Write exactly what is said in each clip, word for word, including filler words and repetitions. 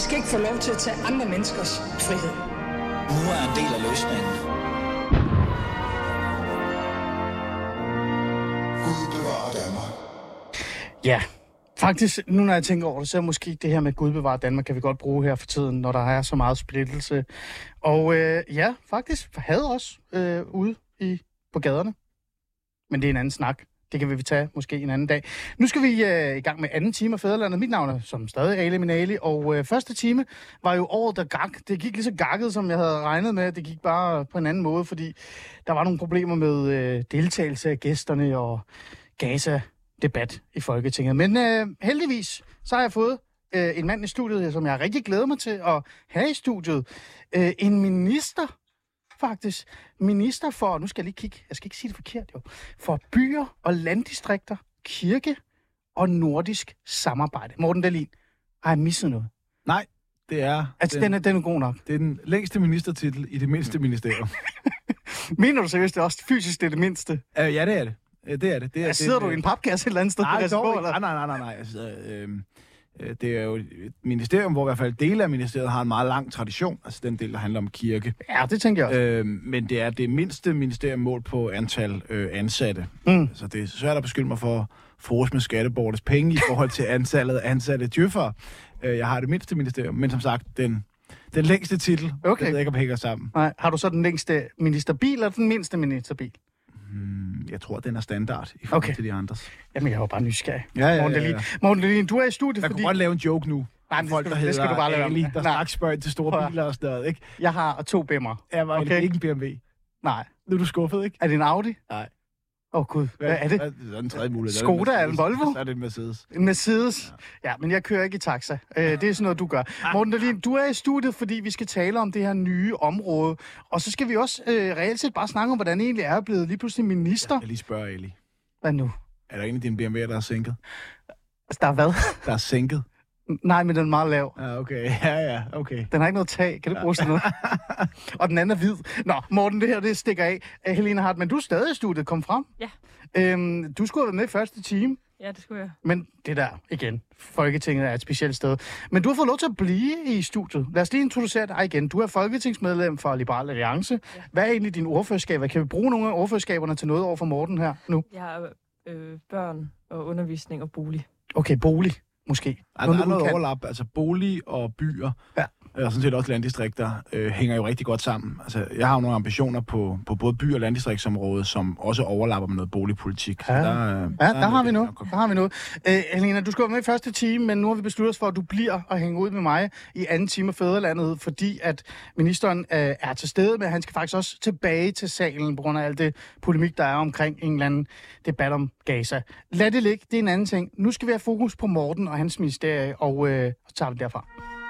skal ikke få lov til at tage andre menneskers frihed. Nu er en del af løsningen. Gud bevarer Danmark. Ja, faktisk, nu når jeg tænker over det, så er måske det her med Gud bevarer Danmark, kan vi godt bruge her for tiden, når der er så meget splittelse. Og øh, ja, faktisk had også øh, ude i, på gaderne. Men det er en anden snak. Det kan vi tage måske en anden dag. Nu skal vi øh, i gang med anden time af Fædrelandet. Mit navn er som stadig Ali Minali, og øh, første time var jo året, der gak. Det gik lige så gakket, som jeg havde regnet med. Det gik bare på en anden måde, fordi der var nogle problemer med øh, deltagelse af gæsterne og Gaza-debat i Folketinget. Men øh, heldigvis, så har jeg fået øh, en mand i studiet, som jeg rigtig glæder mig til at have i studiet. Øh, en minister, faktisk. Minister for, nu skal jeg lige kigge, jeg skal ikke sige det forkert jo, for byer og landdistrikter, kirke og nordisk samarbejde. Morten Dahlin, har jeg misset noget? Nej, det er... Altså, den, den, er, den er god nok. Det er den længste ministertitel i det mindste ministerium. Mener du seriøst, det er også fysisk det er det mindste? Uh, ja, det er det. Uh, det er det. det er, ja, sidder det, du det, i en papkasse et eller andet sted? Nej, på dog, nej, nej, nej, nej, nej. Altså, øh, det er jo et ministerium, hvor i hvert fald dele af ministeriet har en meget lang tradition. Altså den del, der handler om kirke. Ja, det tænker jeg også. Øh, men det er det mindste ministerium mål på antal øh, ansatte. Mm. Så det er svært at beskylde mig for forus med skatteborgernes penge i forhold til antallet af ansatte djøffere. Øh, jeg har det mindste ministerium, men som sagt, den, den længste titel. Okay. Jeg ved ikke, om hænger sammen. Nej, har du så den længste ministerbil eller den mindste ministerbil? Hmm, jeg tror, den er standard i forhold okay. til de andres. Jamen, jeg er jo bare nysgerrig. Ja, ja, Morten ja, ja. Morten Dahlin, du er i studiet, jeg fordi... Jeg kunne godt lave en joke nu. Nej, men folk, det, der skal, det skal du bare lave. Ali, der straks spørger til store Prøv. biler og sådan noget, ikke? Jeg har to bimmer. Jeg var okay. ikke en B M W. Nej. Nu er du skuffet, ikke? Er det en Audi? Nej. Åh oh, gud, hvad, hvad er det? Det er en tredje mulighed. Skoda er en Volvo? Så er det en Mercedes. En Mercedes? Ja. ja, men jeg kører ikke i taxa. Øh, det er sådan noget, du gør. Morten Dahlin, du er i studiet, fordi vi skal tale om det her nye område. Og så skal vi også øh, reelt set bare snakke om, hvordan det egentlig er blevet lige pludselig minister. Jeg kan lige spørge, Ali. Hvad nu? Er der en af dine B M W'er, der er sænket? Altså, der er hvad? Der er sænket? Nej, men den er meget lav. Ja, okay. Ja, ja, okay. Den har ikke noget tag. Kan det bruges til noget? Og den anden er hvid. Nå, Morten, det her, det stikker af. Helena Hartmann, du er stadig i studiet. Kom frem. Ja. Øhm, du skulle have været med i første time. Ja, det skulle jeg. Men det der, igen, Folketinget er et specielt sted. Men du har fået lov til at blive i studiet. Lad os lige introducere dig igen. Du er folketingsmedlem for Liberal Alliance. Ja. Hvad er egentlig dine ordførerskaber? Kan vi bruge nogle af ordførerskaberne til noget over for Morten her nu? Jeg har øh, børn og undervisning og bolig. Okay, bolig. Måske. Ja, der er noget overlap. Altså bolig og byer, ja. og sådan set også landdistrikter, øh, hænger jo rigtig godt sammen. Altså, jeg har jo nogle ambitioner på, på både by- og landdistriktsområdet, som også overlapper med noget boligpolitik. Ja, der, ja, der, der, der har vi noget. Der har vi noget. Øh, Helena, du skal være med i første time, men nu har vi besluttet os for, at du bliver og hænger ud med mig i anden time af Fædrelandet, fordi at ministeren øh, er til stede, men han skal faktisk også tilbage til salen, på grund af alt det polemik, der er omkring en eller anden debat om Gaza. Lad det ligge, det er en anden ting. Nu skal vi have fokus på Morten og hans ministerie, og øh, så tager vi derfra.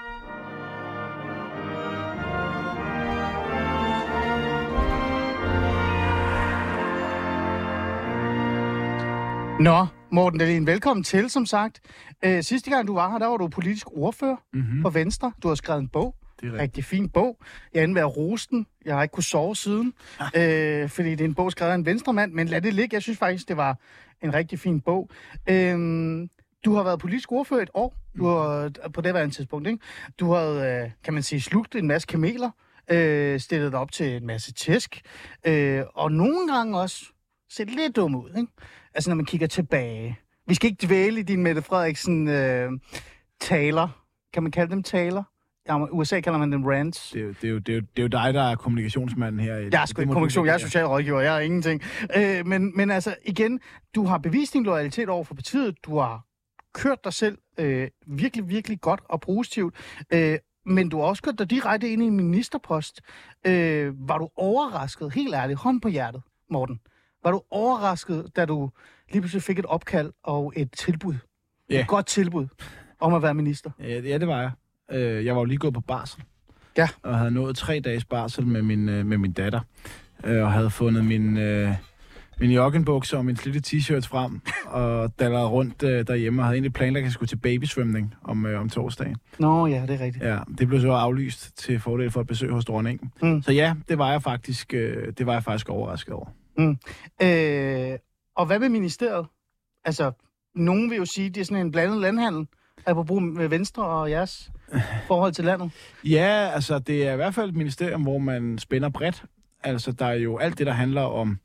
Nå, Morten Dahlin, velkommen til, som sagt. Øh, sidste gang du var her, der var du politisk ordfører mm-hmm. for Venstre. Du har skrevet en bog. Det er rigtig. rigtig fin bog. Jeg endte ved at rose den. Jeg har ikke kunnet sove siden, øh, fordi det er en bog skrevet af en venstremand, men lad det ligge. Jeg synes faktisk, det var en rigtig fin bog. Øh, du har været politisk ordfører et år, du har, på det værende tidspunkt, ikke? Du har, øh, kan man sige, slugt en masse kameler, øh, stillet dig op til en masse tæsk, øh, og nogle gange også set lidt dum ud, ikke? Altså, når man kigger tilbage. Vi skal ikke dvæle i din Mette Frederiksen øh, taler. Kan man kalde dem taler? Ja, U S A kalder man dem rants. Det er, jo, det, er jo, det, er jo, det er jo dig, der er kommunikationsmanden her. Jeg er sgu ikke kommunikation, jeg er socialrådgiver, jeg er ingenting. Øh, men, men altså, igen, du har bevist din loyalitet over for partiet. Du har kørt dig selv øh, virkelig, virkelig godt og positivt. Øh, men du har også kørt dig direkte ind i en ministerpost. Øh, var du overrasket, helt ærligt, hånd på hjertet, Morten? Var du overrasket, da du lige pludselig fik et opkald og et tilbud? Ja. Et godt tilbud om at være minister? Ja, ja, det var jeg. Jeg var jo lige gået på barsel. Ja. Og havde nået tre dages barsel med min, med min datter. Og havde fundet min, min joggenbukser og min slidte t-shirts frem. Og dallerede rundt derhjemme og havde egentlig planlagt, at jeg skulle til babysvømning om, om torsdagen. Nå ja, det er rigtigt. Ja, det blev så aflyst til fordel for et besøg hos dronningen. Mm. Så ja, det var jeg faktisk, det var jeg faktisk overrasket over. Mm. Øh, og hvad med ministeriet? Altså, nogen vil jo sige, at det er sådan en blandet landhandel. apropos med Venstre og jeres forhold til landet? Ja, altså det er i hvert fald et ministerium, hvor man spænder bredt. Altså der er jo alt det, der handler om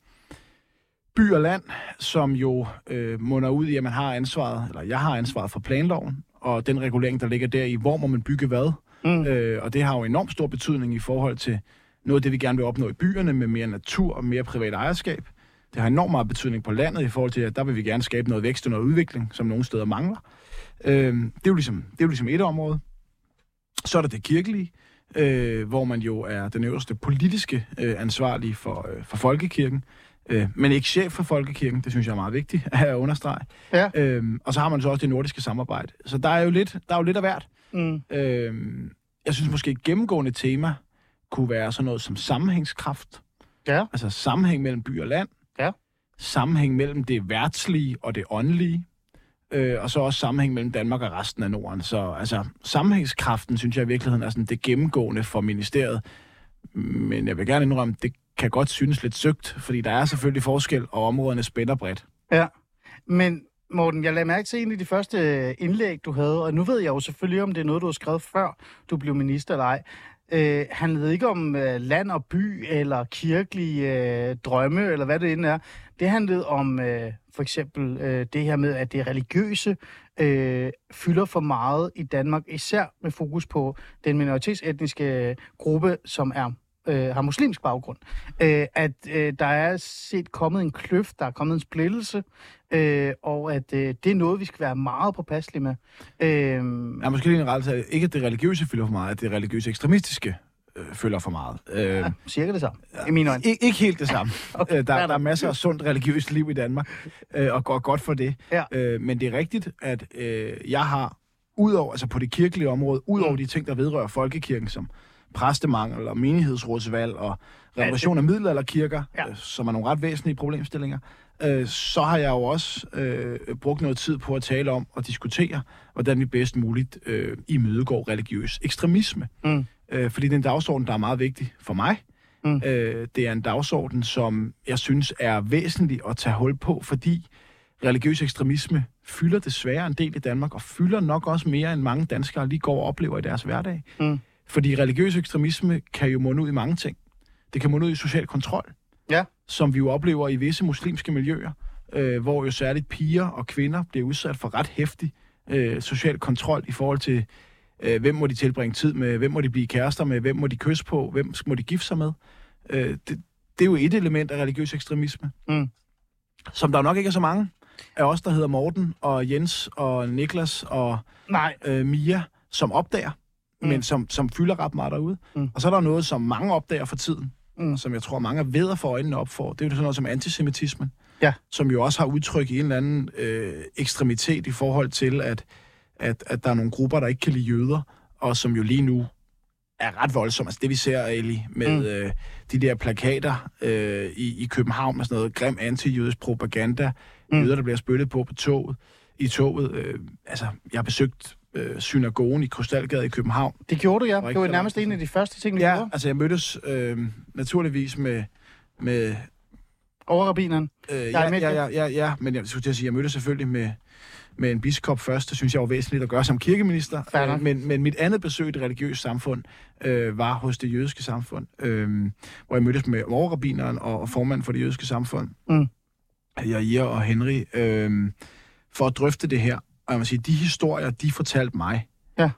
by og land, som jo øh, munder ud i, at man har ansvaret, eller jeg har ansvaret for planloven, og den regulering, der ligger der i, hvor må man bygge hvad. Mm. Øh, og det har jo enormt stor betydning i forhold til noget af det, vi gerne vil opnå i byerne, med mere natur og mere privat ejerskab. Det har enormt meget betydning på landet i forhold til, at der vil vi gerne skabe noget vækst og noget udvikling, som nogle steder mangler. Øh, det, er jo ligesom, det er jo ligesom et område. Så er der det kirkelige, øh, hvor man jo er den øverste politiske øh, ansvarlige for, øh, for folkekirken, øh, men ikke chef for folkekirken. Det synes jeg er meget vigtigt at understrege. Ja. Øh, og så har man så også det nordiske samarbejde. Så der er jo lidt, der er jo lidt af hvert. Mm. Øh, jeg synes måske et gennemgående tema kunne være sådan noget som sammenhængskraft. Ja. Altså sammenhæng mellem by og land. Ja. Sammenhæng mellem det verdslige og det åndelige. Øh, og så også sammenhæng mellem Danmark og resten af Norden. Så altså, sammenhængskraften, synes jeg i virkeligheden, er sådan det gennemgående for ministeriet. Men jeg vil gerne indrømme, det kan godt synes lidt søgt, fordi der er selvfølgelig forskel, og områderne spænder bredt. Ja, men Morten, jeg lagde mærke til en af de første indlæg, du havde, og nu ved jeg jo selvfølgelig, om det er noget, du har skrevet før du blev minister eller ej. Øh, handlede ikke om øh, land og by, eller kirkelige øh, drømme, eller hvad det end er. Det handlede om øh, for eksempel øh, det her med, at det religiøse øh, fylder for meget i Danmark, især med fokus på den minoritetsetniske gruppe, som er øh, har muslimsk baggrund. Øh, at øh, der er set kommet en kløft, der er kommet en splittelse, øh, og at øh, det er noget, vi skal være meget påpasselige med. Øh, ja, måske lige en rettelse. Ikke at det religiøse fylder for meget, at det religiøse ekstremistiske øh, fylder for meget. Øh, ja, cirka det samme, ja, i mine øjne. Ikke, ikke helt det samme. Okay, der, der er masser af sundt religiøst liv i Danmark, øh, og går godt for det. Ja. Øh, men det er rigtigt, at øh, jeg har, udover, altså på det kirkelige område, udover mm. de ting, der vedrører folkekirken, som præstemangel og menighedsrådsvalg og renovation af middelalderkirker, ja. øh, som er nogle ret væsentlige problemstillinger, øh, så har jeg jo også øh, brugt noget tid på at tale om og diskutere, hvordan vi bedst muligt øh, imødegår religiøs ekstremisme. Mm. Øh, fordi det er en dagsorden, der er meget vigtig for mig. Mm. Øh, det er en dagsorden, som jeg synes er væsentlig at tage hul på, fordi religiøs ekstremisme fylder desværre en del i Danmark, og fylder nok også mere, end mange danskere lige går og oplever i deres hverdag. Mm. Fordi religiøs ekstremisme kan jo munde ud i mange ting. Det kan munde ud i social kontrol, ja. Som vi jo oplever i visse muslimske miljøer, øh, hvor jo særligt piger og kvinder bliver udsat for ret heftig øh, social kontrol i forhold til, øh, hvem må de tilbringe tid med, hvem må de blive kærester med, hvem må de kysse på, hvem må de gifte sig med. Øh, det, det er jo et element af religiøs ekstremisme, mm. som der nok ikke er så mange af os, der hedder Morten og Jens og Niklas og Nej. Øh, Mia, som opdager. Mm. Men som, som fylder ret meget derude. Mm. Og så er der noget, som mange opdager for tiden, mm. som jeg tror, mange er ved at få øjnene op for. Det er jo sådan noget som antisemitismen, ja. Som jo også har udtryk i en eller anden øh, ekstremitet i forhold til, at, at, at der er nogle grupper, der ikke kan lide jøder, og som jo lige nu er ret voldsomme. Altså det, vi ser, Eli, med mm. øh, de der plakater øh, i, i København med sådan noget grim anti-jødisk propaganda, mm. jøder, der bliver spyttet på på toget, i toget. Øh, altså, jeg har besøgt øh, synagogen i Krystalgade i København. Det gjorde du, ja. Det var nærmest en af de første ting, vi ja, gjorde. Ja, altså jeg mødtes øh, naturligvis med... med overrabbineren. Øh, ja, ja, ja, ja, ja, men jeg skulle til at sige, jeg mødtes selvfølgelig med, med en biskop først. Det synes jeg var væsentligt at gøre som kirkeminister. Øh, men, men mit andet besøg i det religiøse samfund øh, var hos det jødiske samfund, øh, hvor jeg mødtes med overrabbineren og, og formanden for det jødiske samfund, mm. Jair og Henry, øh, for at drøfte det her. Og jeg må sige, de historier, de fortalte mig, ja.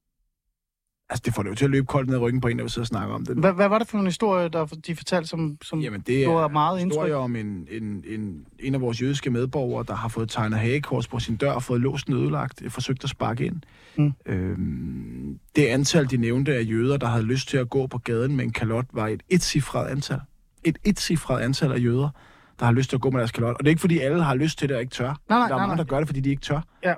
Altså, det får det jo til at løbe koldt ned ad ryggen på en, der vil sidde og snakke om det. Hvad, hvad var det for en historie, der de fortalte, som, som Jamen, det er meget indtryk? Historier om en, en, en, en af vores jødiske medborgere, der har fået tegnet hagekors på sin dør og fået låsen ødelagt, forsøgt at sparke ind. Mm. Øhm, det antal, de nævnte af jøder, der havde lyst til at gå på gaden med en kalot, var et etcifret antal. Et etcifret antal af jøder, der har lyst til at gå med deres kalot. Og det er ikke, fordi alle har lyst til det og ikke tør. Nej, nej, der er nej, mange, nej. der gør det, fordi de ikke tør. Ja.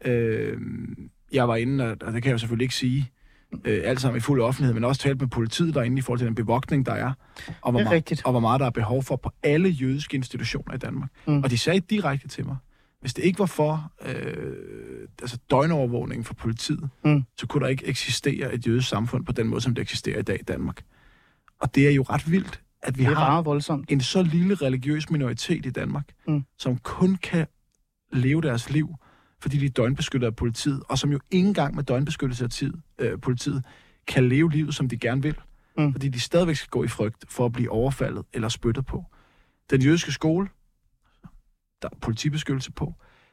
Øhm, jeg var inde, og det kan jeg jo selvfølgelig ikke sige, øh, alt sammen i fuld offentlighed, men også talt med politiet derinde i forhold til den bevogtning, der er, og hvor, er meget, og hvor meget der er behov for på alle jødiske institutioner i Danmark. Mm. Og de sagde direkte til mig, hvis det ikke var for øh, altså døgnovervågningen for politiet, mm. så kunne der ikke eksistere et jødisk samfund på den måde, som det eksisterer i dag i Danmark. Og det er jo ret vildt, at vi har en så lille religiøs minoritet i Danmark, mm. som kun kan leve deres liv fordi de er døgnbeskyttet af politiet, og som jo ikke engang med døgnbeskyttelse af tid, øh, politiet kan leve livet, som de gerne vil. Mm. Fordi de stadigvæk skal gå i frygt for at blive overfaldet eller spyttet på. Den jødiske skole, der er politibeskyttelse på.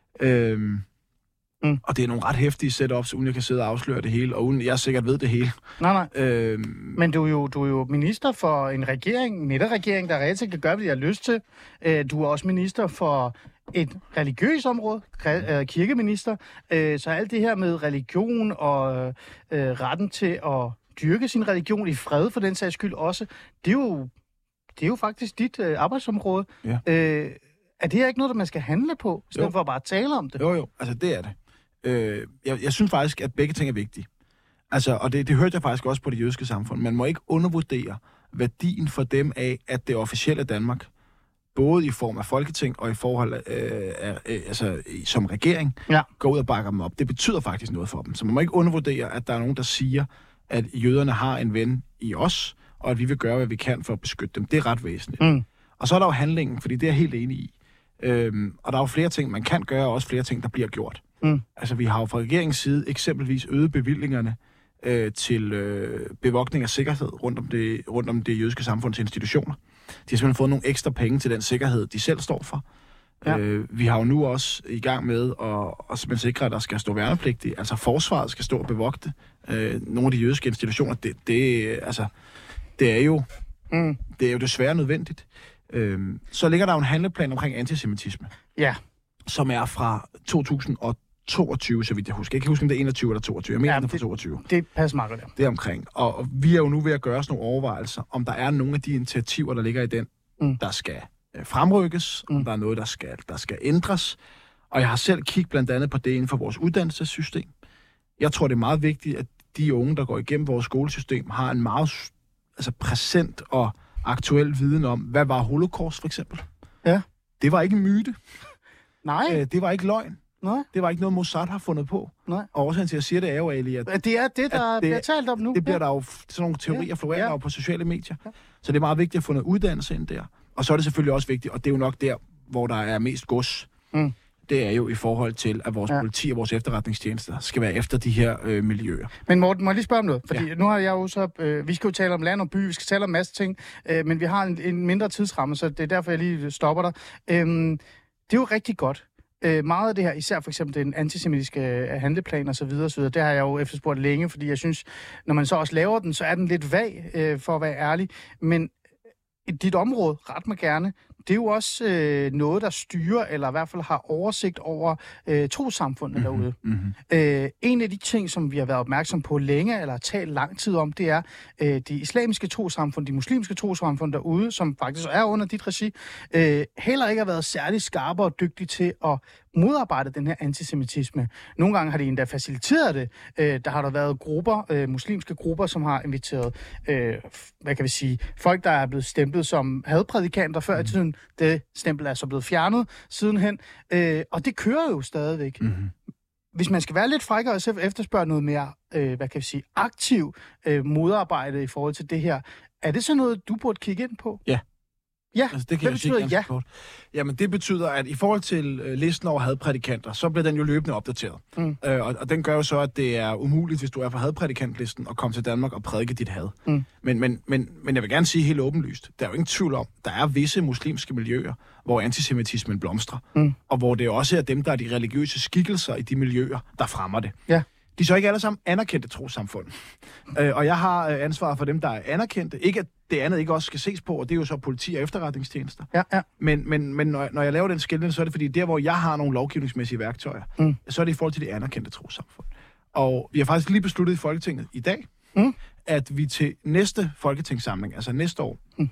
Øhm, mm. Og det er nogle ret heftige setups, uden jeg kan sidde og afsløre det hele, og uden jeg sikkert ved det hele. Nej, nej. Øhm, Men du er, jo, du er jo minister for en regering, en midterregering, der reelt kan gøre, hvad de har lyst til. Du er også minister for et religiøst område, kirkeminister. Så alt det her med religion og retten til at dyrke sin religion i fred for den sags skyld også, det er jo, det er jo faktisk dit arbejdsområde. Ja. Er det her ikke noget, der man skal handle på, i stedet jo. for at bare tale om det? Jo, jo. Altså, det er det. Øh, jeg, jeg synes faktisk, at begge ting er vigtige. Altså, og det, det hørte jeg faktisk også på det jødiske samfund. Man må ikke undervurdere værdien for dem af, at det officielle Danmark, både i form af Folketing og i forhold øh, af, øh, altså, som regering, ja. går ud og bakker dem op. Det betyder faktisk noget for dem. Så man må ikke undervurdere, at der er nogen, der siger, at jøderne har en ven i os, og at vi vil gøre, hvad vi kan for at beskytte dem. Det er ret væsentligt. Mm. Og så er der jo handlingen, fordi det er jeg helt enig i. Øhm, og der er jo flere ting, man kan gøre, og også flere ting, der bliver gjort. Mm. Altså, vi har jo fra regeringens side eksempelvis øget bevillingerne øh, til øh, bevogtning af sikkerhed rundt om, det, rundt om det jødiske samfunds institutioner. De har simpelthen fået nogle ekstra penge til den sikkerhed, de selv står for. Ja. Øh, vi har jo nu også i gang med at, at simpelthen sikre, at der skal stå værnepligtige. Altså, forsvaret skal stå og bevogte øh, nogle af de jødiske institutioner. Det, det, altså, det, er, jo, mm. det er jo desværre nødvendigt. Øhm, så ligger der jo en handleplan omkring antisemitisme, ja. som er fra to tusind og toogtyve, så vidt jeg husker. Jeg kan ikke huske, om det er enogtyve eller toogtyve. Jeg mener, ja, det er fra toogtyve. Det passer meget der. Det er omkring. Og, og vi er jo nu ved at gøre sådan nogle overvejelser, om der er nogle af de initiativer, der ligger i den, mm. der skal øh, fremrykkes, mm. om der er noget, der skal, der skal ændres. Og jeg har selv kigget blandt andet på det inden for vores uddannelsessystem. Jeg tror, det er meget vigtigt, at de unge, der går igennem vores skolesystem, har en meget altså, præsent og aktuel viden om, hvad var holocaust for eksempel? Ja. Det var ikke en myte. Nej. Æ, det var ikke løgn. Nej. Det var ikke noget, Mossad har fundet på. Nej. Og årsagen til, at jeg siger det, er jo, Ali, at... Det er det, der det, bliver talt om nu. Det bliver ja. der jo sådan nogle teorier, ja. florerer ja. jo på sociale medier. Ja. Så det er meget vigtigt at få noget uddannelse ind der. Og så er det selvfølgelig også vigtigt, og det er jo nok der, hvor der er mest gods. Mm. Det er jo i forhold til, at vores ja. politi og vores efterretningstjenester skal være efter de her øh, miljøer. Men Morten, må jeg lige spørge om noget? Fordi ja. nu har jeg jo så... Øh, vi skal jo tale om land og by, vi skal tale om en masse ting, øh, men vi har en, en mindre tidsramme, så det er derfor, jeg lige stopper dig. Øh, det er jo rigtig godt. Øh, meget af det her, især for eksempel den antisemitiske handleplan og så videre, så videre, det har jeg jo efterspurgt længe, fordi jeg synes, når man så også laver den, så er den lidt vag, øh, for at være ærlig. Men i dit område, ret mig gerne, det er jo også øh, noget, der styrer, eller i hvert fald har oversigt over øh, trossamfundet mm-hmm. derude. Mm-hmm. Øh, en af de ting, som vi har været opmærksom på længe, eller talt lang tid om, det er øh, de islamiske trossamfund, de muslimske trossamfund derude, som faktisk er under dit regi, øh, heller ikke har været særlig skarpe og dygtige til at modarbejde den her antisemitisme. Nogle gange har de endda faciliteret det. Øh, der har der været grupper, øh, muslimske grupper, som har inviteret, øh, hvad kan vi sige, folk, der er blevet stemplet som hadprædikanter før i tiden. Det stempel er så blevet fjernet sidenhen. Øh, og det kører jo stadigvæk. Mm-hmm. Hvis man skal være lidt frækker og efterspørge noget mere, øh, hvad kan vi sige, aktiv øh, modarbejde i forhold til det her, er det så noget, du burde kigge ind på? Ja. Ja, altså, det kan det betyder ja. Kort. Jamen, det betyder, at i forhold til øh, listen over hadprædikanter, så bliver den jo løbende opdateret. Mm. Øh, og, og den gør jo så, at det er umuligt, hvis du er på hadprædikantlisten, at komme til Danmark og prædike dit had. Mm. Men, men, men, men jeg vil gerne sige helt åbenlyst, der er jo ingen tvivl om, der er visse muslimske miljøer, hvor antisemitismen blomstrer, mm. og hvor det også er dem, der er de religiøse skikkelser i de miljøer, der fremmer det. Ja. De er så ikke alle sammen anerkendte trossamfund. Øh, og jeg har øh, ansvaret for dem, der er anerkendte. Ikke at det andet ikke også skal ses på, og det er jo så politi og efterretningstjenester. Ja, ja. Men, men, men når, når jeg laver den skelnen, så er det fordi, der hvor jeg har nogle lovgivningsmæssige værktøjer, mm. så er det i forhold til de anerkendte trossamfund. Og vi har faktisk lige besluttet i Folketinget i dag, mm. at vi til næste folketingssamling, altså næste år, mm.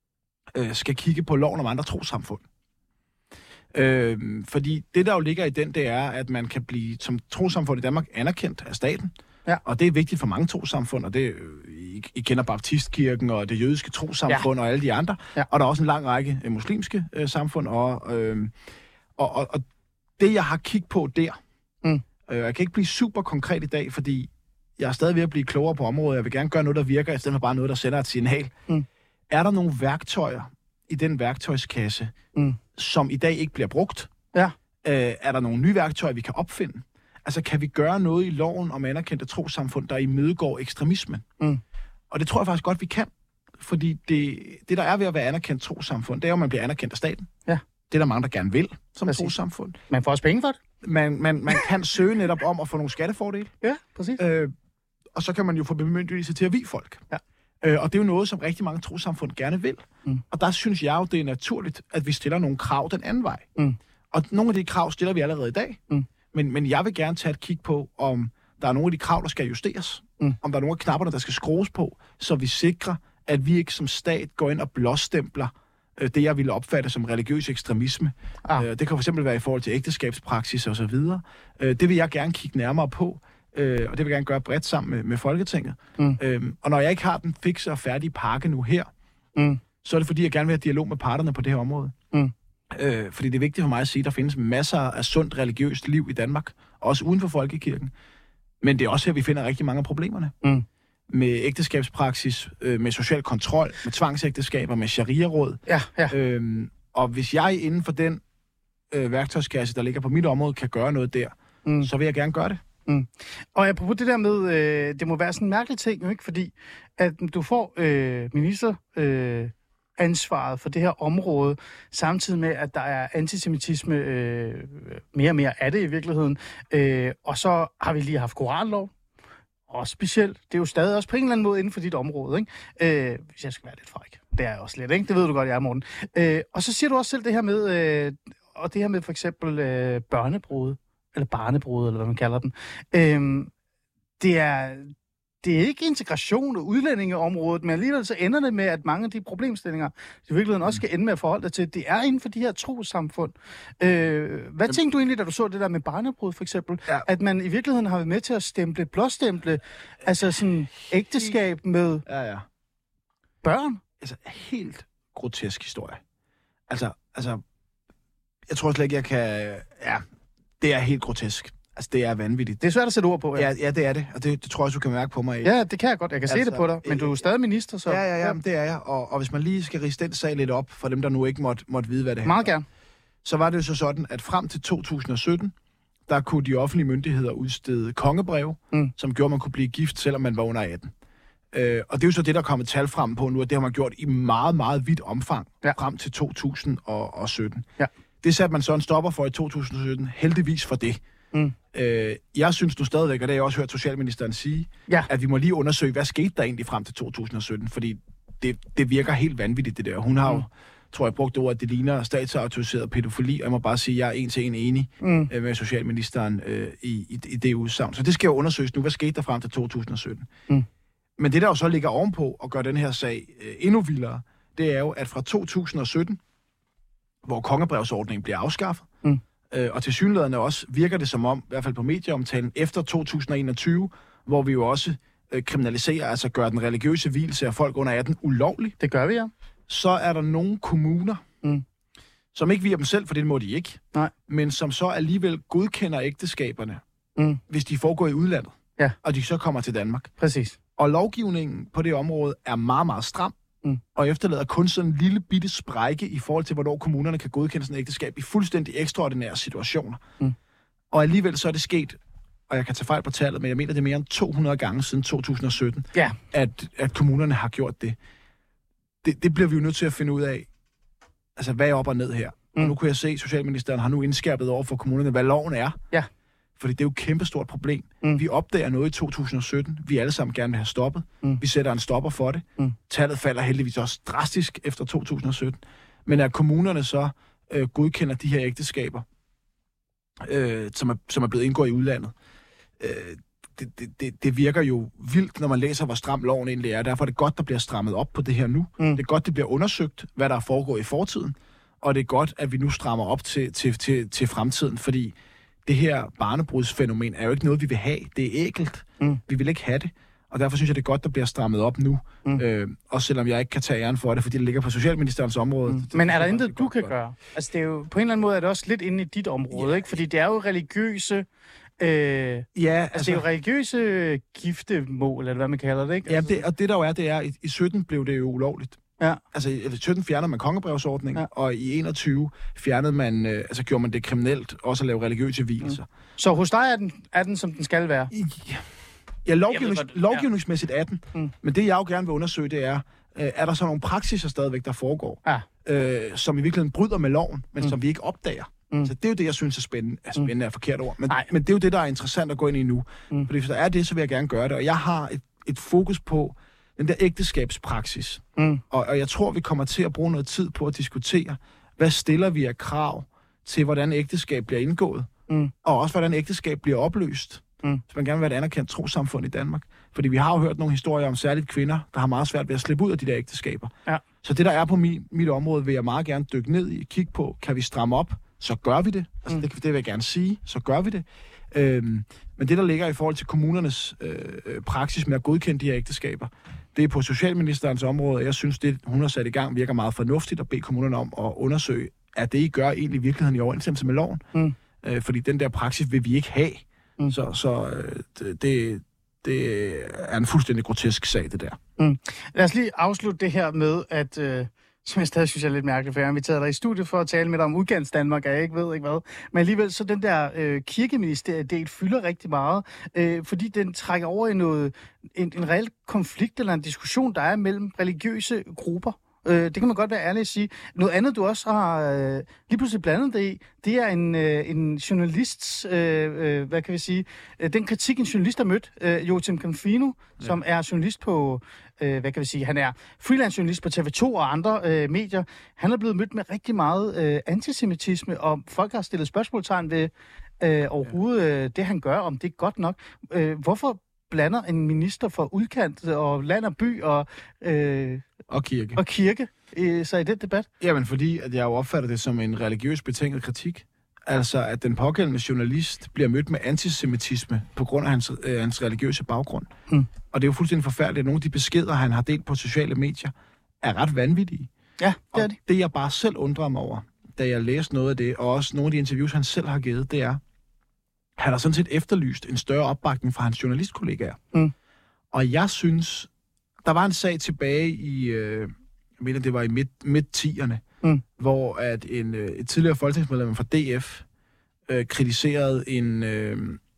øh, skal kigge på loven om andre trossamfund. Øh, fordi det, der jo ligger i den, det er, at man kan blive som trossamfund i Danmark anerkendt af staten. Ja. Og det er vigtigt for mange trossamfund, og det, I, I kender Baptistkirken og det jødiske trossamfund ja. og alle de andre. Ja. Og der er også en lang række øh, muslimske øh, samfund. Og, øh, og, og, og det, jeg har kigget på der, mm. øh, jeg kan ikke blive super konkret i dag, fordi jeg er stadig ved at blive klogere på området. Jeg vil gerne gøre noget, der virker, i stedet for bare noget, der sender et signal. Mm. Er der nogle værktøjer i den værktøjskasse, mm. som i dag ikke bliver brugt, ja. Øh, er der nogle nye værktøjer, vi kan opfinde? Altså, kan vi gøre noget i loven om anerkendte trossamfund, der imødegår ekstremismen? Mm. Og det tror jeg faktisk godt, vi kan. Fordi det, det der er ved at være anerkendt trossamfund, det er jo, at man bliver anerkendt af staten. Ja. Det er der mange, der gerne vil som Præcis. trossamfund. Man får også penge for det. Man, man, man kan søge netop om at få nogle skattefordele. Ja, præcis. Øh, og så kan man jo få bemyndigelse til at vie folk. Ja. Øh, og det er jo noget, som rigtig mange trossamfund gerne vil. Mm. Og der synes jeg jo, det er naturligt, at vi stiller nogle krav den anden vej. Mm. Og nogle af de krav stiller vi allerede i dag. Mm. Men, men jeg vil gerne tage et kig på, om der er nogle af de krav, der skal justeres. Mm. Om der er nogle af knapperne, der skal skrues på, så vi sikrer, at vi ikke som stat går ind og blåstempler øh, det, jeg ville opfatte som religiøs ekstremisme. Ah. Øh, det kan fx være i forhold til ægteskabspraksis og så videre. Øh, det vil jeg gerne kigge nærmere på, øh, og det vil jeg gerne gøre bredt sammen med, med Folketinget. Mm. Øh, og når jeg ikke har den fikse og færdige pakke nu her, Mm. så er det fordi, jeg gerne vil have dialog med parterne på det her område. Mm. Øh, fordi det er vigtigt for mig at sige, at der findes masser af sundt religiøst liv i Danmark, også uden for folkekirken. Men det er også her, vi finder rigtig mange af problemerne. Mm. Med ægteskabspraksis, øh, med social kontrol, med tvangsægteskaber, med sharia-råd. Ja, ja. Øhm, og hvis jeg inden for den øh, værktøjskasse, der ligger på mit område, kan gøre noget der, Mm. så vil jeg gerne gøre det. Mm. Og apropos det der med, øh, det må være sådan en mærkelig ting, jo ikke? Fordi at du får øh, minister... Øh, ansvaret for det her område, samtidig med, at der er antisemitisme, øh, mere og mere af det i virkeligheden. Øh, og så har vi lige haft koranlov, og specielt, det er jo stadig også på en eller anden måde inden for dit område, ikke? Øh, hvis jeg skal være lidt fræk. Det er jeg også lidt, ikke? Det ved du godt, jeg er, Morten. Øh, og så siger du også selv det her med, øh, og det her med for eksempel øh, børnebrud, eller barnebrud, eller hvad man kalder den. Øh, det er... Det er ikke integration og udlændingeområdet, men alligevel så ender det med, at mange af de problemstillinger, i virkeligheden også skal ende med at forholde dig til, det er inden for de her trossamfund. Øh, hvad tænkte du egentlig, da du så det der med barnebrud, for eksempel? Ja. At man i virkeligheden har været med til at stemple, blåstemple, altså sådan ægteskab med Ja, ja. børn? Altså, helt grotesk historie. Altså, altså, jeg tror slet ikke, jeg kan... Ja, det er helt grotesk. Altså, det er vanvittigt. Det er svært at sætte ord på, ja. Ja, ja, det er det, og det, det tror jeg også, du kan mærke på mig. Ja, det kan jeg godt. Jeg kan Altså, se det på dig, men du er jo stadig minister, så... Ja, ja, ja, det er jeg. Og, og hvis man lige skal riste den sag lidt op, for dem, der nu ikke måtte, måtte vide, hvad det er. Meget gerne. Så var det jo så sådan, at frem til to tusind og sytten, der kunne de offentlige myndigheder udstede kongebreve, Mm. som gjorde, at man kunne blive gift, selvom man var under atten. Øh, og det er jo så det, der er kommet tal frem på nu, og det har man gjort i meget, meget vidt omfang Ja. frem til to tusind og sytten. Ja. Det satte man så en stopper for i to tusind og sytten, heldigvis for det. Mm. Øh, jeg synes nu stadigvæk, og det har jeg også hørt socialministeren sige, Ja. at vi må lige undersøge, hvad skete der egentlig frem til to tusind og sytten, fordi det, det virker helt vanvittigt, det der. Hun har jo, Mm. tror jeg, brugt ordet, at det ligner statsautoriseret pædofili, og jeg må bare sige, at jeg er en til en enig Mm. øh, med socialministeren øh, i, i, i det udsagn. Så det skal jo undersøges nu. Hvad skete der frem til to tusind og sytten? Mm. Men det, der jo så ligger ovenpå og gør den her sag øh, endnu vildere, det er jo, at fra to tusind og sytten, hvor kongebrevsordningen bliver afskaffet, Mm. øh, og til synlædende også virker det som om, i hvert fald på medieomtalen, efter to tusind og enogtyve, hvor vi jo også øh, kriminaliserer, altså gør den religiøse hvilelse af folk under atten ulovlig, Det gør vi, ja. så er der nogle kommuner, Mm. som ikke viger dem selv, for det må de ikke, Nej. men som så alligevel godkender ægteskaberne, Mm. hvis de foregår i udlandet, Ja. og de så kommer til Danmark. Præcis. Og lovgivningen på det område er meget, meget stram, Mm. og efterlader kun sådan en lille bitte sprække i forhold til, hvornår kommunerne kan godkende sådan et ægteskab i fuldstændig ekstraordinære situationer. Mm. Og alligevel så er det sket, og jeg kan tage fejl på tallet, men jeg mener, det er mere end to hundrede gange siden to tusind og sytten, Ja. at, at kommunerne har gjort det. det. Det bliver vi jo nødt til at finde ud af, altså hvad er op og ned her? Mm. Og nu kunne jeg se, at socialministeren har nu indskærpet over for kommunerne, hvad loven er. Ja. Fordi det er jo et kæmpestort problem. Mm. Vi opdager noget i to tusind og sytten, vi alle sammen gerne vil have stoppet. Mm. Vi sætter en stopper for det. Mm. Tallet falder heldigvis også drastisk efter to tusind og sytten. Men at kommunerne så øh, godkender de her ægteskaber, øh, som, er, som er blevet indgået i udlandet, øh, det, det, det, det virker jo vildt, når man læser, hvor stram loven egentlig er. Derfor er det godt, der bliver strammet op på det her nu. Mm. Det er godt, det bliver undersøgt, hvad der er foregået i fortiden. Og det er godt, at vi nu strammer op til, til, til, til fremtiden, fordi det her barnebrudsfænomen er jo ikke noget, vi vil have. Det er ækelt. Mm. Vi vil ikke have det. Og derfor synes jeg, det er godt, der bliver strammet op nu. Mm. Øh, også selvom jeg ikke kan tage æren for det, fordi det ligger på socialministerens område. Mm. Det, Men er der det, intet, du kan gøre? Altså, det er jo på en eller anden måde er det også lidt inde i dit område, Ja. ikke? Fordi det er jo religiøse... Øh, Ja, altså, altså... det er jo religiøse giftemål, eller hvad man kalder det, ikke? Ja, det, og det der jo er, det er, at i sytten blev det jo ulovligt. Ja. Altså i sytten fjernede man kongebrevsordningen, ja. Og i enogtyve fjernede man, øh, altså gjorde man det kriminelt også at lave religiøse vielser. Mm. Så hos dig er den, er den, som den skal være? I, ja, lovgivnings, ved, lovgivningsmæssigt er den. Mm. Men det, jeg jo gerne vil undersøge, det er, øh, er der så nogle praksiser stadigvæk, der foregår, ja. øh, som i virkeligheden bryder med loven, men mm. som vi ikke opdager. Mm. Så det er jo det, jeg synes er spændende. Er spændende er et forkert ord. Men, men det er jo det, der er interessant at gå ind i nu. Mm. Fordi hvis der er det, så vil jeg gerne gøre det. Og jeg har et, et fokus på den der ægteskabspraksis. Mm. Og, og jeg tror, vi kommer til at bruge noget tid på at diskutere, hvad stiller vi af krav til, hvordan ægteskab bliver indgået. Mm. Og også, hvordan ægteskab bliver opløst. Mm. Hvis man gerne vil være et anerkendt trossamfund i Danmark. Fordi vi har jo hørt nogle historier om særligt kvinder, der har meget svært ved at slippe ud af de der ægteskaber. Ja. Så det, der er på min, mit område, vil jeg meget gerne dykke ned i, kigge på, kan vi stramme op, så gør vi det. Altså, mm. det, det vil jeg gerne sige, så gør vi det. Øhm, men det, der ligger i forhold til kommunernes øh, praksis med at godkende de her ægteskaber, det er på socialministerens område. Jeg synes, det hun har sat i gang virker meget fornuftigt at bede kommunerne om at undersøge, at det I gør egentlig i virkeligheden i overensstemmelse med loven. Mm. Øh, fordi den der praksis vil vi ikke have. Mm. Så, så øh, det, det er en fuldstændig grotesk sag, det der. Mm. Lad os lige afslutte det her med, at... Øh som jeg stadig synes er lidt mærkeligt, for jeg har inviteret dig i studiet for at tale med dig om udkants Danmark, jeg ikke ved ikke hvad. Men alligevel, så den der øh, kirkeministeriedel fylder rigtig meget, øh, fordi den trækker over i noget, en, en reel konflikt eller en diskussion, der er mellem religiøse grupper. Øh, det kan man godt være ærlig at sige. Noget andet, du også har øh, lige pludselig blandet det i, det er en, øh, en journalists, øh, øh, hvad kan vi sige, øh, den kritik, en journalist har mødt, øh, Joachim Confino, ja. Som er journalist på, øh, hvad kan vi sige, han er freelance journalist på T V to og andre øh, medier. Han er blevet mødt med rigtig meget øh, antisemitisme, og folk har stillet spørgsmålstegn ved øh, overhovedet øh, det, han gør, om det er godt nok. Øh, hvorfor blander en minister for udkant og land og by og... Øh, Og kirke. Og kirke, øh, så i den debat? Jamen, fordi at jeg jo opfatter det som en religiøs betinget kritik. Altså, at den pågældende journalist bliver mødt med antisemitisme på grund af hans, øh, hans religiøse baggrund. Mm. Og det er jo fuldstændig forfærdeligt, at nogle af de beskeder, han har delt på sociale medier, er ret vanvittige. Ja, det er det. Og det, jeg bare selv undrer mig over, da jeg læste noget af det, og også nogle af de interviews, han selv har givet, det er, han har sådan set efterlyst en større opbakning fra hans journalistkollegaer. Mm. Og jeg synes... Der var en sag tilbage i, øh, jeg mener, det var i midt, midt-tierne, mm. hvor at en, øh, et tidligere folketingsmedlem fra D F øh, kritiserede en, øh,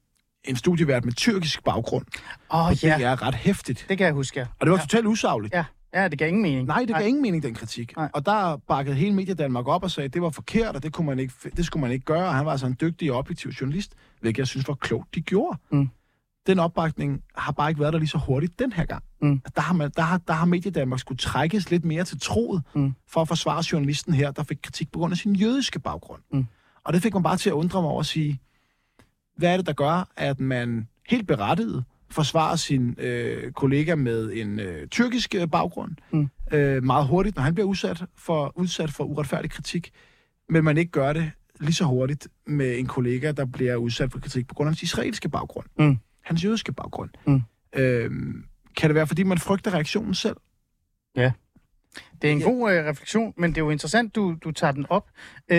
en studievært med tyrkisk baggrund. Åh, oh, ja. Det er ret hæftigt. Det kan jeg huske, ja. Og det var ja. totalt usagligt. Ja. ja, det gav ingen mening. Nej, det gav Nej. ingen mening, den kritik. Nej. Og der bakkede hele Mediedanmark op og sagde, at det var forkert, og det, kunne man ikke, det skulle man ikke gøre. Og han var altså en dygtig og objektiv journalist, hvilket jeg synes var klogt, de gjorde. Mm. Den opbakning har bare ikke været der lige så hurtigt den her gang. Mm. Der, har man, der, har, der har Mediedanmark skulle trækkes lidt mere til troet mm. for at forsvare journalisten her, der fik kritik på grund af sin jødiske baggrund. Mm. Og det fik man bare til at undre mig over at sige, hvad er det, der gør, at man helt berettiget forsvarer sin øh, kollega med en øh, tyrkisk øh, baggrund mm. øh, meget hurtigt, når han bliver udsat for, udsat for uretfærdig kritik, men man ikke gør det lige så hurtigt med en kollega, der bliver udsat for kritik på grund af hans israelske baggrund. Mm. Hans jødiske baggrund. Mm. Øhm, kan det være, fordi man frygter reaktionen selv? Ja. Det er en ja. god øh, refleksion, men det er jo interessant, du, du tager den op.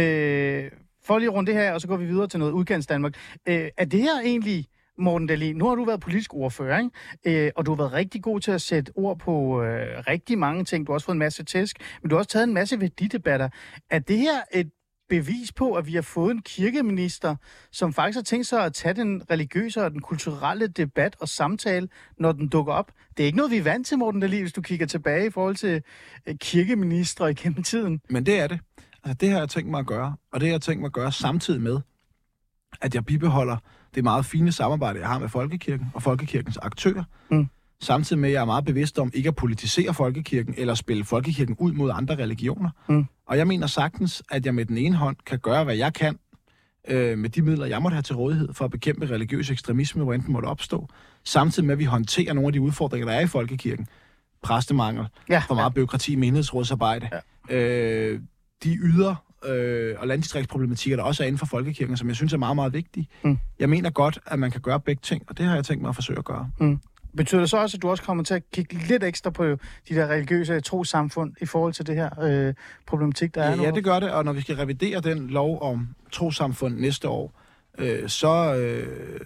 Øh, for lige rundt det her, og så går vi videre til noget udkants Danmark. Øh, er det her egentlig, Morten Dahlin, nu har du været politisk ordfører, ikke? Øh, og du har været rigtig god til at sætte ord på øh, rigtig mange ting. Du har også fået en masse tæsk, men du har også taget en masse værdidebatter. Er det her et bevis på, at vi har fået en kirkeminister, som faktisk har tænkt sig at tage den religiøse og den kulturelle debat og samtale, når den dukker op? Det er ikke noget, vi er vant til, Morten Dahlin, hvis du kigger tilbage i forhold til kirkeministre igennem tiden. Men det er det. Altså, det har jeg tænkt mig at gøre, og det har jeg tænkt mig at gøre samtidig med, at jeg bibeholder det meget fine samarbejde, jeg har med Folkekirken og Folkekirkens aktører. Mm. Samtidig med, at jeg er meget bevidst om ikke at politisere Folkekirken eller spille Folkekirken ud mod andre religioner. Mm. Og jeg mener sagtens, at jeg med den ene hånd kan gøre, hvad jeg kan øh, med de midler, jeg måtte have til rådighed for at bekæmpe religiøs ekstremisme, hvor enten måtte opstå. Samtidig med, at vi håndterer nogle af de udfordringer, der er i Folkekirken. Præstemangel, ja, for meget ja. byråkrati, menighedsrådsarbejde. Ja. Øh, de yder øh, og landdistriktsproblematikker, der også er inden for Folkekirken, som jeg synes er meget, meget vigtige. Mm. Jeg mener godt, at man kan gøre begge ting, og det har jeg tænkt mig at forsøge at gøre. Mm. Betyder det så også, at du også kommer til at kigge lidt ekstra på de der religiøse trossamfund i forhold til det her øh, problematik, der er ja, nu? Ja, det gør det, og når vi skal revidere den lov om trossamfund næste år, øh, så øh,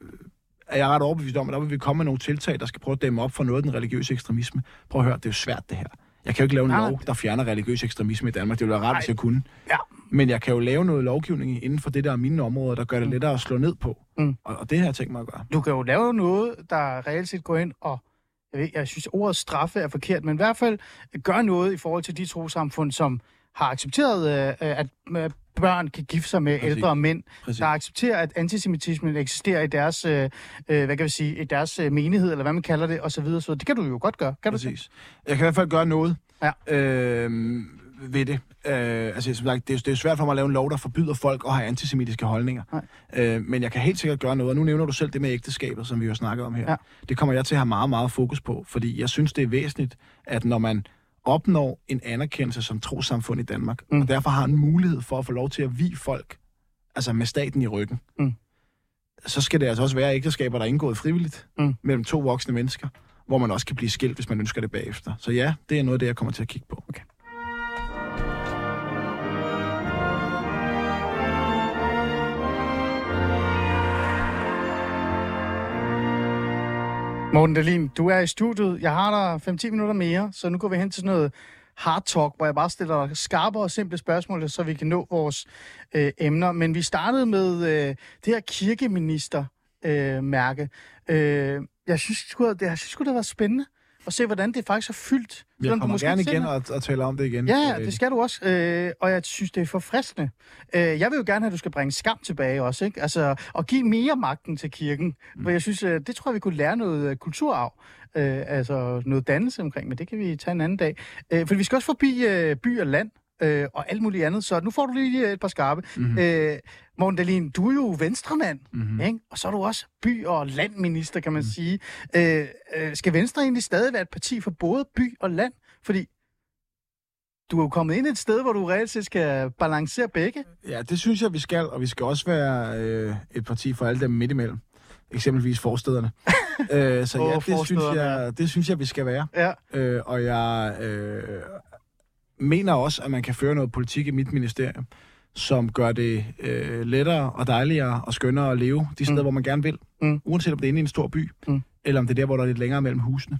er jeg ret overbevist om, at der vil vi komme med nogle tiltag, der skal prøve at dæmme op for noget af den religiøse ekstremisme. Prøv at høre, det er jo svært det her. Jeg kan jo ikke lave en Nej. lov, der fjerner religiøs ekstremisme i Danmark. Det ville være rart, hvis jeg kunne. Ja. Men jeg kan jo lave noget lovgivning inden for det der mine områder, der gør det lettere at slå ned på. Mm. Og, og det har jeg tænkt mig at gøre. Du kan jo lave noget, der reelt set går ind og, jeg, ved, jeg synes, ordet straffe er forkert, men i hvert fald gør noget i forhold til de trossamfund, som har accepteret, øh, at øh, børn kan gifte sig med Præcis. ældre mænd, Præcis. der accepterer, at antisemitismen eksisterer i deres, øh, øh, hvad kan vi sige, i deres øh, menighed, eller hvad man kalder det, osv. Så det kan du jo godt gøre. Kan du Præcis. Jeg kan i hvert fald gøre noget Ja. øh, ved det. Øh, altså, som sagt, det, er, det er svært for mig at lave en lov, der forbyder folk at have antisemitiske holdninger. Øh, men jeg kan helt sikkert gøre noget. Og nu nævner du selv det med ægteskabet, som vi jo snakker om her. Ja. Det kommer jeg til at have meget, meget fokus på, fordi jeg synes, det er væsentligt, at når man opnår en anerkendelse som trossamfund i Danmark, mm. og derfor har en mulighed for at få lov til at vie folk, altså med staten i ryggen, mm. så skal det altså også være ægteskaber, der er indgået frivilligt mm. mellem to voksne mennesker, hvor man også kan blive skilt, hvis man ønsker det bagefter. Så ja, det er noget af det, jeg kommer til at kigge på. Okay. Morten Dahlin, du er i studiet. Jeg har der fem til ti minutter mere, så nu går vi hen til sådan noget hard talk, hvor jeg bare stiller skarpe og simple spørgsmål, så vi kan nå vores øh, emner. Men vi startede med øh, det her kirkeminister-mærke. Øh, øh, jeg synes sgu, det, jeg synes, det har været spændende at se, hvordan det faktisk er fyldt. Jeg kommer du måske gerne igen selv... og, og tale om det igen. Ja, det skal du også. Øh, og jeg synes, det er forfriskende. Øh, jeg vil jo gerne have, at du skal bringe skam tilbage også, ikke? Altså, og give mere magten til kirken. Mm. For jeg synes, øh, det tror jeg, vi kunne lære noget øh, kulturarv. Øh, altså noget dannelse omkring, men det kan vi tage en anden dag. Øh, for vi skal også forbi øh, by og land øh, og alt muligt andet, så nu får du lige et par skarpe. Mm-hmm. Øh, Morten Dahlin, du er jo venstremand, mm-hmm. ikke? Og så er du også by- og landminister, kan man mm. sige. Øh, øh, skal Venstre egentlig stadig være et parti for både by og land? Fordi du er jo kommet ind et sted, hvor du reelt set skal balancere begge. Ja, det synes jeg, vi skal, og vi skal også være øh, et parti for alle dem midt imellem. Eksempelvis forstederne. øh, så ja, det synes, jeg, det synes jeg, vi skal være. Ja. Øh, og jeg øh, mener også, at man kan føre noget politik i mit ministerium, som gør det øh, lettere og dejligere og skønnere at leve de steder, mm. hvor man gerne vil. Mm. Uanset om det er inde i en stor by, mm. eller om det er der, hvor der er lidt længere mellem husene.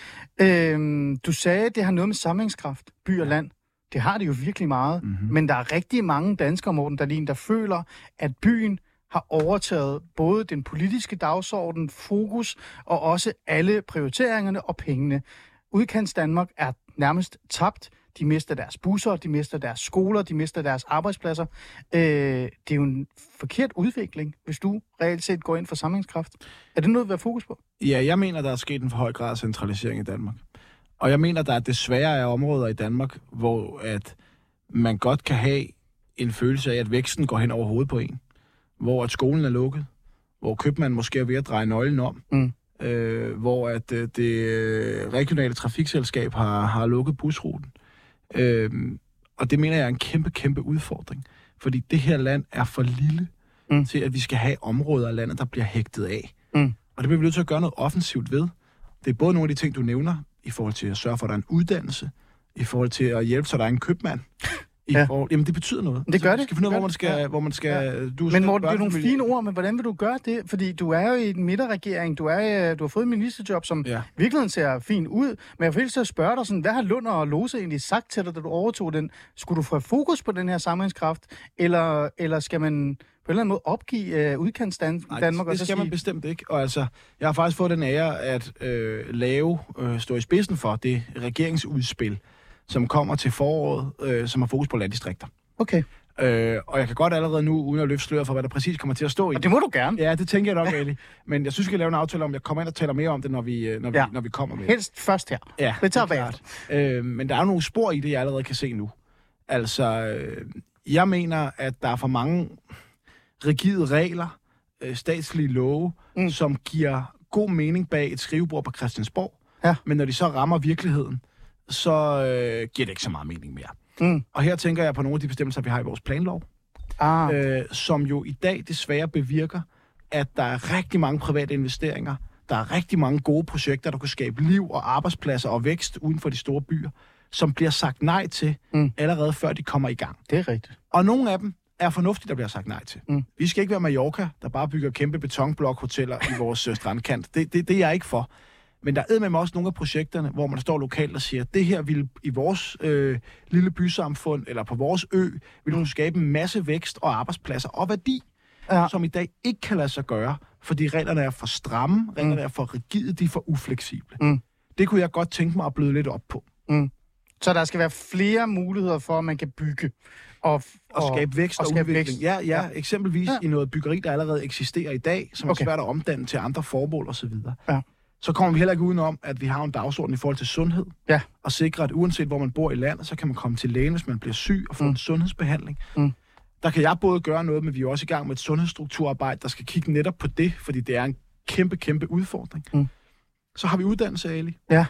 Øhm, du sagde, at det har noget med sammenhængskraft, by og land. Det har det jo virkelig meget. Mm-hmm. Men der er rigtig mange danskere, Morten Dahlin, der føler, at byen har overtaget både den politiske dagsorden, fokus og også alle prioriteringerne og pengene. Udkants Danmark er nærmest tabt. De mister deres busser, de mister deres skoler, de mister deres arbejdspladser. Øh, det er jo en forkert udvikling, hvis du reelt set går ind for sammenhængskraft. Er det noget, at være fokus på? Ja, jeg mener, der er sket en for høj grad af centralisering i Danmark. Og jeg mener, der er desværre er områder i Danmark, hvor at man godt kan have en følelse af, at væksten går hen over hovedet på en. Hvor at skolen er lukket, hvor købmanden måske er ved at dreje nøglen om, mm. øh, hvor at øh, det regionale trafikselskab har, har lukket busruten. Øh, og det mener jeg er en kæmpe, kæmpe udfordring. Fordi det her land er for lille mm. til, at vi skal have områder af landet, der bliver hægtet af. Mm. Og det bliver vi nødt til at gøre noget offensivt ved. Det er både nogle af de ting, du nævner, i forhold til at sørge for, at der er en uddannelse, i forhold til at hjælpe, så der er en købmand. Ja. Forhold, jamen, det betyder noget. Det gør det. Du skal finde ud af, hvor man skal... Ja. Hvor man skal ja. du men Morten, det er nogle fine ord, men hvordan vil du gøre det? Fordi du er jo i en midterregering, du, er, du har fået et ministerjob, som ja. virkelig ser fint ud, men jeg vil så spørge dig sådan, hvad har Lund og Lose egentlig sagt til dig, da du overtog den? Skulle du få fokus på den her sammenhængskraft, eller, eller skal man på en eller anden måde opgive uh, udkants Danmark? Nej, det, det skal sige... man bestemt ikke. Og altså, jeg har faktisk fået den ære at øh, lave, øh, stå i spidsen for det regeringsudspil, som kommer til foråret, øh, som har fokus på landdistrikter. Okay. Øh, og jeg kan godt allerede nu, uden at løfte sløret for, hvad der præcis kommer til at stå i. Og det må du gerne. Ja, det tænker jeg nok, Ali. Men jeg synes, vi kan lave en aftale om, jeg kommer ind og taler mere om det, når vi, når vi, ja. når vi kommer med. Helst først her. Ja, det tager klart. Øh, men der er nogle spor i det, jeg allerede kan se nu. Altså, øh, jeg mener, at der er for mange rigide regler, øh, statslige love, mm. som giver god mening bag et skrivebord på Christiansborg. Ja. Men når de så rammer virkeligheden, så øh, giver det ikke så meget mening mere. Mm. Og her tænker jeg på nogle af de bestemmelser, vi har i vores planlov, ah. øh, som jo i dag desværre bevirker, at der er rigtig mange private investeringer, der er rigtig mange gode projekter, der kunne skabe liv og arbejdspladser og vækst uden for de store byer, som bliver sagt nej til, mm. allerede før de kommer i gang. Det er rigtigt. Og nogle af dem er fornuftigt, der bliver sagt nej til. Mm. Vi skal ikke være Mallorca, der bare bygger kæmpe betonblokhoteller i vores øh, strandkant. Det, det, det er jeg ikke for. Men der er med også nogle af projekterne, hvor man står lokalt og siger, at det her vil i vores øh, lille bysamfund, eller på vores ø, vil kunne skabe en masse vækst og arbejdspladser og værdi, ja. som i dag ikke kan lade sig gøre, fordi reglerne er for stramme, reglerne mm. er for rigide, de er for ufleksible. Mm. Det kunne jeg godt tænke mig at bløde lidt op på. Mm. Så der skal være flere muligheder for, at man kan bygge og, og, og skabe vækst og, og skabe udvikling. Vækst. Ja, ja, ja, eksempelvis ja. i noget byggeri, der allerede eksisterer i dag, som okay. er svært at omdanne til andre formål osv. Ja. Så kommer vi heller ikke udenom, at vi har en dagsorden i forhold til sundhed. Ja. Og sikre, at uanset hvor man bor i landet, så kan man komme til lægen, hvis man bliver syg og få mm. en sundhedsbehandling. Mm. Der kan jeg både gøre noget, men vi er også i gang med et sundhedsstrukturarbejde, der skal kigge netop på det, fordi det er en kæmpe, kæmpe udfordring. Mm. Så har vi uddannelse, Ali. Ja.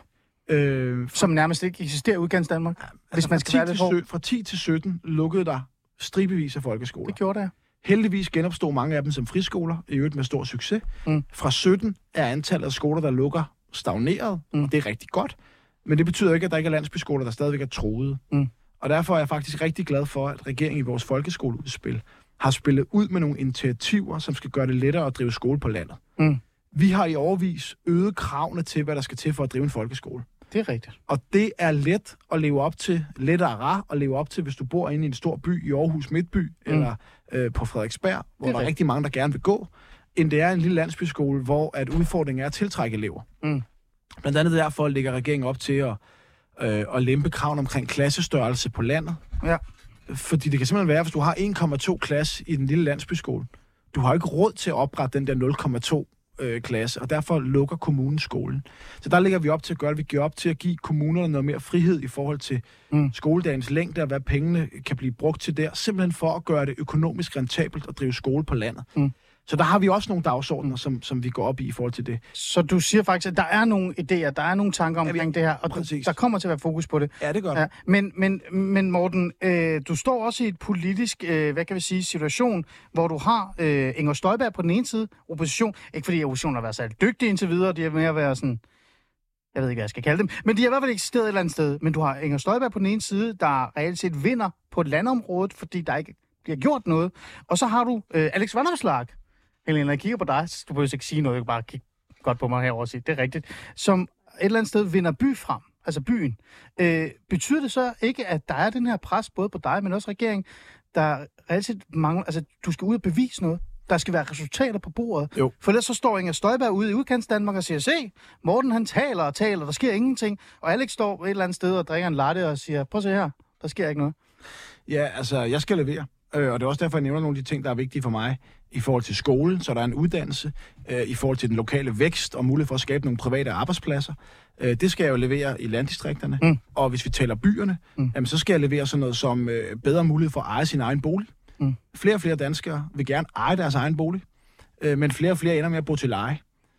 Øh, Som nærmest ikke eksisterer i udkants Danmark, ja, altså hvis man skal være det for. Fra ti til sytten lukkede der stribevis af folkeskoler. Det gjorde det, ja. Heldigvis genopstod mange af dem som friskoler, i øvrigt med stor succes. Mm. Fra sytten er antallet af skoler, der lukker, stagneret, mm. og det er rigtig godt. Men det betyder ikke, at der ikke er landsbyskoler, der stadigvæk er troede. Mm. Og derfor er jeg faktisk rigtig glad for, at regeringen i vores folkeskoleudspil har spillet ud med nogle initiativer, som skal gøre det lettere at drive skole på landet. Mm. Vi har i årevis øget kravene til, hvad der skal til for at drive en folkeskole. Det er rigtigt. Og det er let at leve op til, lettere rar at leve op til, hvis du bor inde i en stor by i Aarhus Midtby, mm. eller øh, på Frederiksberg, hvor der er rigtig mange, der gerne vil gå, end det er en lille landsbyskole, hvor at udfordringen er at tiltrække elever. Mm. Blandt andet derfor lægger regeringen op til at, øh, at lempe kraven omkring klassestørrelse på landet. Ja. Fordi det kan simpelthen være, hvis du har en komma to klasse i den lille landsbyskole, du har ikke råd til at oprette den der nul komma to klasse, og derfor lukker kommunen skolen. Så der lægger vi op til at gøre det. Vi giver op til at give kommunerne noget mere frihed i forhold til mm. skoledagens længde, og hvad pengene kan blive brugt til der, simpelthen for at gøre det økonomisk rentabelt at drive skole på landet. Mm. Så der har vi også nogle dagsordner, som, som vi går op i i forhold til det. Så du siger faktisk, at der er nogle idéer, der er nogle tanker omkring ja, vi, det her, og præcis. Der kommer til at være fokus på det. Ja, det gør ja, men, men, men Morten, øh, du står også i et politisk, øh, hvad kan vi sige, situation, hvor du har øh, Inger Støjberg på den ene side, opposition, ikke fordi oppositionen har været særlig dygtig indtil videre, de er mere at være sådan, jeg ved ikke, hvad jeg skal kalde dem, men de har i hvert fald eksisteret et eller andet sted. Men du har Inger Støjberg på den ene side, der reelt set vinder på et landområde, fordi der ikke bliver gjort noget. Og så har du øh, Alex Vanopslagh, Helene, når jeg kigger på dig, du behøver ikke sige noget, jeg kan bare kigge godt på mig herovre og sige, det er rigtigt, som et eller andet sted vinder by frem, altså byen. Øh, betyder det så ikke, at der er den her pres, både på dig, men også regeringen, der relativt mangler, altså du skal ud og bevise noget, der skal være resultater på bordet. Jo. For ellers så står Inger Støjberg ude i udkants Danmark og siger, se, Morten han taler og taler, der sker ingenting, og Alex står et eller andet sted og drikker en latte og siger, prøv at se her, der sker ikke noget. Ja, altså, jeg skal levere. Øh, og det er også derfor, jeg nævner nogle af de ting, der er vigtige for mig i forhold til skolen, så der er en uddannelse, øh, i forhold til den lokale vækst og mulighed for at skabe nogle private arbejdspladser. Øh, det skal jeg jo levere i landdistrikterne. Mm. Og hvis vi taler byerne, mm. jamen, så skal jeg levere sådan noget som øh, bedre mulighed for at eje sin egen bolig. Mm. Flere og flere danskere vil gerne eje deres egen bolig, øh, men flere og flere ender med at bo til leje.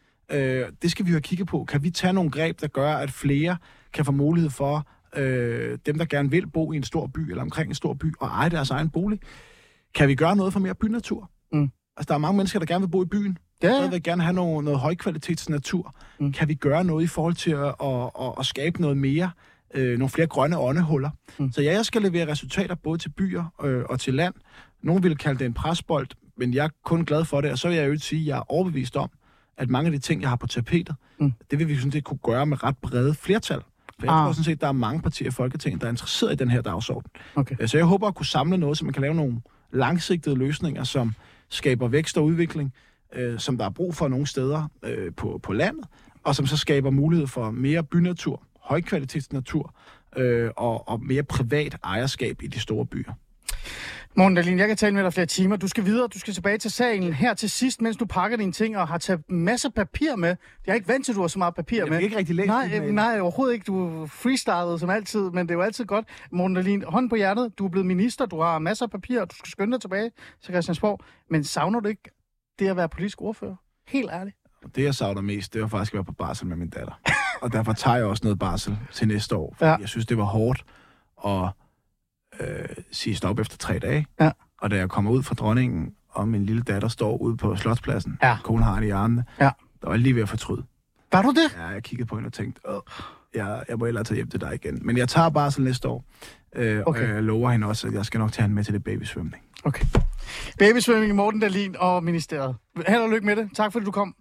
Øh, det skal vi jo have kigget på. Kan vi tage nogle greb, der gør, at flere kan få mulighed for Øh, dem, der gerne vil bo i en stor by eller omkring en stor by og eje deres egen bolig? Kan vi gøre noget for mere bynatur? Mm. Altså, der er mange mennesker, der gerne vil bo i byen. Ja. Der vil gerne have noget, noget højkvalitets natur. Mm. Kan vi gøre noget i forhold til at, at, at, at skabe noget mere, øh, nogle flere grønne åndehuller? Mm. Så ja, jeg skal levere resultater både til byer øh, og til land. Nogle vil kalde det en presbold, men jeg er kun glad for det, og så vil jeg jo sige, at jeg er overbevist om, at mange af de ting, jeg har på tapetet, mm. det vil vi sådan set kunne gøre med ret brede flertal. For jeg ah. tror sådan set, at der er mange partier i Folketinget, der er interesseret i den her dagsorden. Okay. Så jeg håber at kunne samle noget, så man kan lave nogle langsigtede løsninger, som skaber vækst og udvikling, øh, som der er brug for nogle steder øh, på, på landet, og som så skaber mulighed for mere bynatur, højkvalitetsnatur øh, og, og mere privat ejerskab i de store byer. Morten Dahlin, jeg kan tale med dig flere timer. Du skal videre, du skal tilbage til salen her til sidst, mens du pakker dine ting og har taget masser af papir med. Jeg er ikke vant til, at du har så meget papir jeg med. Jeg ikke rigtig læst nej, det. Nej, overhovedet ikke. Du er freestylet som altid, men det er jo altid godt. Morten Dahlin, hånd på hjertet. Du er blevet minister, du har masser af papir, du skal skynde dig tilbage til Christiansborg. Men savner du ikke det at være politisk ordfører? Helt ærligt. Det, jeg savner mest, det var faktisk at være på barsel med min datter. Og derfor tager jeg også noget barsel til næste år. Ja. Jeg synes, det var hårdt at øh, sige stop efter tre dage. Ja. Og da jeg kommer ud fra dronningen, og min lille datter står ude på Slotspladsen, ja. Konen har hende i armene, ja. Der var jeg lige ved at fortryde. Var du det? Ja, jeg kiggede på hende og tænkte, Åh, jeg, jeg må ellers tage hjem til dig igen. Men jeg tager barsel næste år, øh, okay. Og jeg lover hende også, at jeg skal nok tage hende med til det babysvømning. Okay. Babysvømning, Morten Dahlin og ministeriet. Held og lykke med det. Tak fordi du kom.